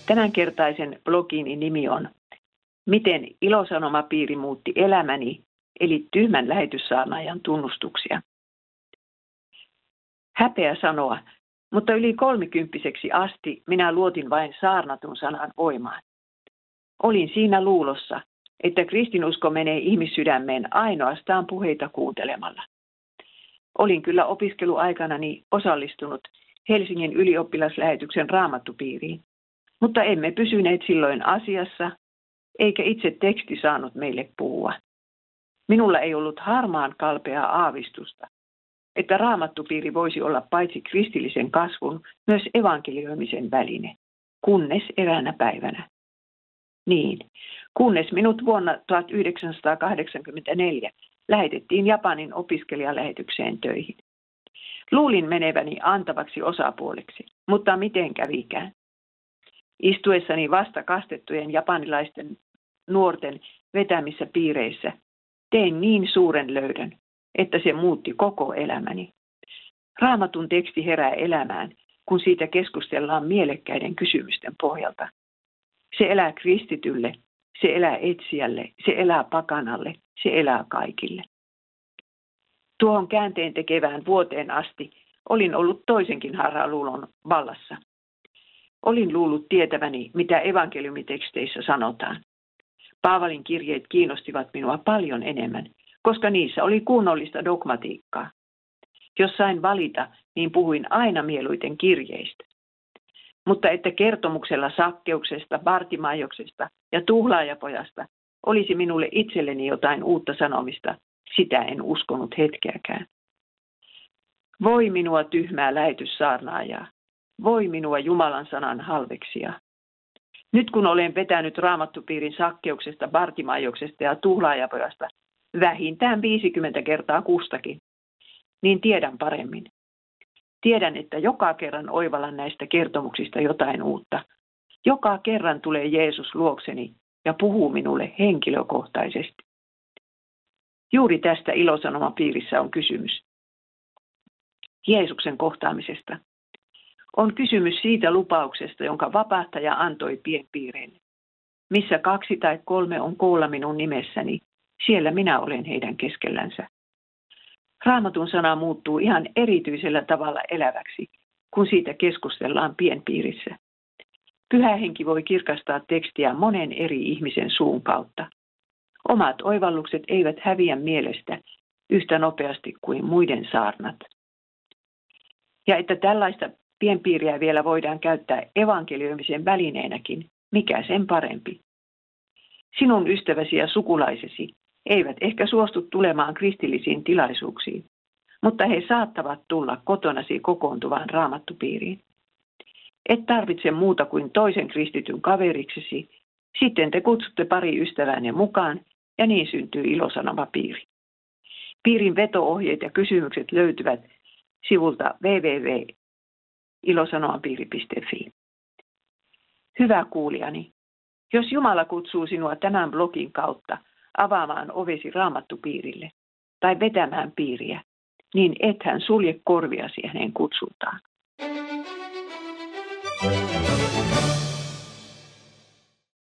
Tämänkertaisen blogini nimi on Miten Ilosanomapiiri muutti elämäni, eli tyhmän lähetyssaarnaajan tunnustuksia. Häpeä sanoa, mutta yli 30-vuotiaaksi asti minä luotin vain saarnatun sanan voimaan. Olin siinä luulossa, että kristinusko menee ihmissydämeen ainoastaan puheita kuuntelemalla. Olin kyllä opiskeluaikanani osallistunut Helsingin ylioppilaslähetyksen raamattupiiriin, mutta emme pysyneet silloin asiassa, eikä itse teksti saanut meille puhua. Minulla ei ollut harmaan kalpeaa aavistusta, että raamattupiiri voisi olla paitsi kristillisen kasvun, myös evankelioimisen väline, kunnes eräänä päivänä. Niin, kunnes minut vuonna 1984 lähetettiin Japanin opiskelijalähetykseen töihin. Luulin meneväni antavaksi osapuoleksi, mutta miten kävikään? Istuessani vasta kastettujen japanilaisten nuorten vetämissä piireissä tein niin suuren löydön, että se muutti koko elämäni. Raamatun teksti herää elämään, kun siitä keskustellaan mielekkäiden kysymysten pohjalta. Se elää kristitylle, se elää etsijälle, se elää pakanalle, se elää kaikille. Tuohon käänteen tekevään vuoteen asti olin ollut toisenkin harhaluulon vallassa. Olin luullut tietäväni, mitä evankeliumiteksteissä sanotaan. Paavalin kirjeet kiinnostivat minua paljon enemmän, koska niissä oli kunnollista dogmatiikkaa. Jos sain valita, niin puhuin aina mieluiten kirjeistä. Mutta että kertomuksella Sakkeuksesta, Bartimaiuksesta ja tuhlaajapojasta olisi minulle itselleni jotain uutta sanomista, sitä en uskonut hetkeäkään. Voi minua tyhmää lähetyssaarnaajaa. Voi minua Jumalan sanan halveksijaa. Nyt kun olen vetänyt raamattupiirin Sakkeuksesta, Bartimaiuksesta ja tuhlaajapojasta vähintään 50 kertaa kustakin, niin tiedän paremmin. Tiedän, että joka kerran oivallan näistä kertomuksista jotain uutta. Joka kerran tulee Jeesus luokseni ja puhuu minulle henkilökohtaisesti. Juuri tästä Ilosanomapiirissä on kysymys. Jeesuksen kohtaamisesta. On kysymys siitä lupauksesta, jonka vapahtaja antoi pienpiireille. Missä 2 tai 3 on koolla minun nimessäni, siellä minä olen heidän keskellänsä. Raamatun sana muuttuu ihan erityisellä tavalla eläväksi, kun siitä keskustellaan pienpiirissä. Pyhä henki voi kirkastaa tekstiä monen eri ihmisen suun kautta. Omat oivallukset eivät häviä mielestä yhtä nopeasti kuin muiden saarnat. Ja että tällaista pienpiiriä vielä voidaan käyttää evankelioimisen välineenäkin, mikä sen parempi. Sinun ystäväsi ja sukulaisesi eivät ehkä suostu tulemaan kristillisiin tilaisuuksiin, mutta he saattavat tulla kotonasi kokoontuvaan raamattupiiriin. Et tarvitse muuta kuin toisen kristityn kaveriksesi, sitten te kutsutte pari ystävänne mukaan ja niin syntyy Ilosanomapiiri. Piirin veto-ohjeet ja kysymykset löytyvät sivulta www.ilosanomapiiri.fi. Hyvä kuulijani, jos Jumala kutsuu sinua tämän blogin kautta avaamaan ovesi raamattupiirille tai vetämään piiriä, niin ethän sulje korviasi hänen kutsultaan.